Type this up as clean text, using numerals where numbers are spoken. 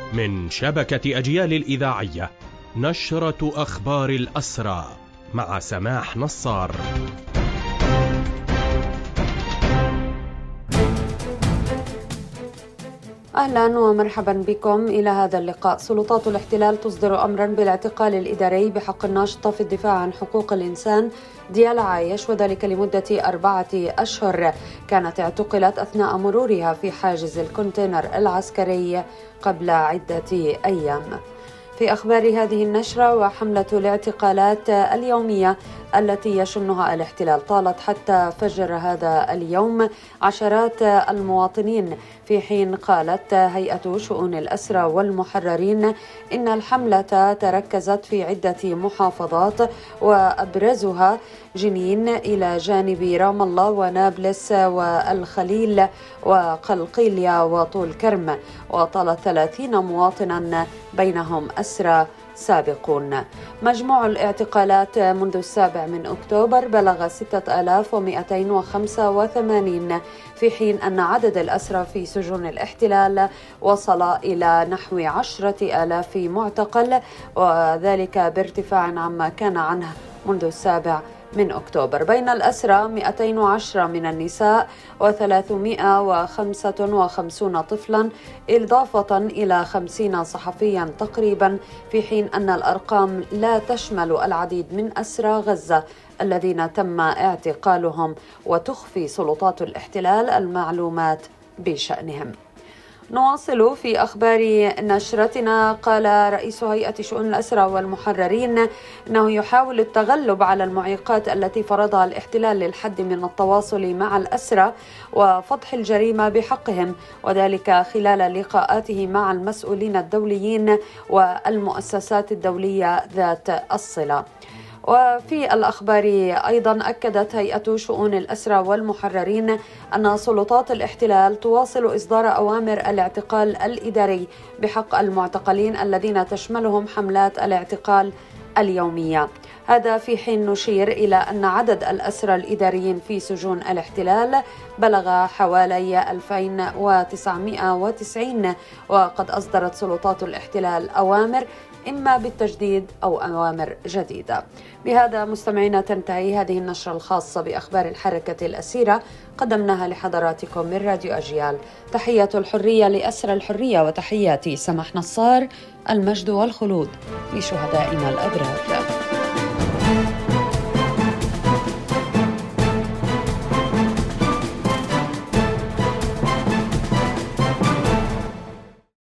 من شبكة أجيال الإذاعية، نشرة أخبار الأسرى مع سماح نصار. أهلا ومرحبا بكم إلى هذا اللقاء. سلطات الاحتلال تصدر أمرا بالاعتقال الإداري بحق الناشطة في الدفاع عن حقوق الإنسان ديالا عايش، وذلك لمدة 4 أشهر. كانت اعتقلت أثناء مرورها في حاجز الكونتينر العسكري قبل عدة أيام. في أخبار هذه النشرة: وحملة الاعتقالات اليومية التي يشنها الاحتلال طالت حتى فجر هذا اليوم عشرات المواطنين، في حين قالت هيئة شؤون الأسرى والمحررين إن الحملة تركزت في عدة محافظات وأبرزها جنين إلى جانب رام الله ونابلس والخليل وقلقيلية وطول كرم، وطالت 30 مواطنا بينهم أسرى سابقون. مجموع الاعتقالات منذ 7 أكتوبر بلغ 6285، في حين أن عدد الأسرى في سجون الاحتلال وصل إلى نحو 10,000 معتقل، وذلك بارتفاع عما كان عنه منذ 7 أكتوبر. بين الأسرى 210 من النساء و355 طفلا، إضافة إلى 50 صحفيا تقريبا، في حين أن الأرقام لا تشمل العديد من أسرى غزة الذين تم اعتقالهم، وتخفي سلطات الاحتلال المعلومات بشأنهم. نواصل في أخبار نشرتنا. قال رئيس هيئة شؤون الأسرى والمحررين أنه يحاول التغلب على المعيقات التي فرضها الاحتلال للحد من التواصل مع الأسرى وفضح الجريمة بحقهم، وذلك خلال لقاءاته مع المسؤولين الدوليين والمؤسسات الدولية ذات الصلة. وفي الأخبار أيضا أكدت هيئة شؤون الأسرى والمحررين أن سلطات الاحتلال تواصل إصدار أوامر الاعتقال الإداري بحق المعتقلين الذين تشملهم حملات الاعتقال اليومية. هذا في حين نشير إلى أن عدد الأسرى الإداريين في سجون الاحتلال بلغ حوالي 2990، وقد أصدرت سلطات الاحتلال أوامر إما بالتجديد أو أوامر جديدة. بهذا مستمعينا تنتهي هذه النشرة الخاصة بأخبار الحركة الأسيرة، قدمناها لحضراتكم من راديو أجيال. تحية الحرية لأسرى الحرية، وتحياتي سماح نصار. المجد والخلود لشهدائنا الأبرار.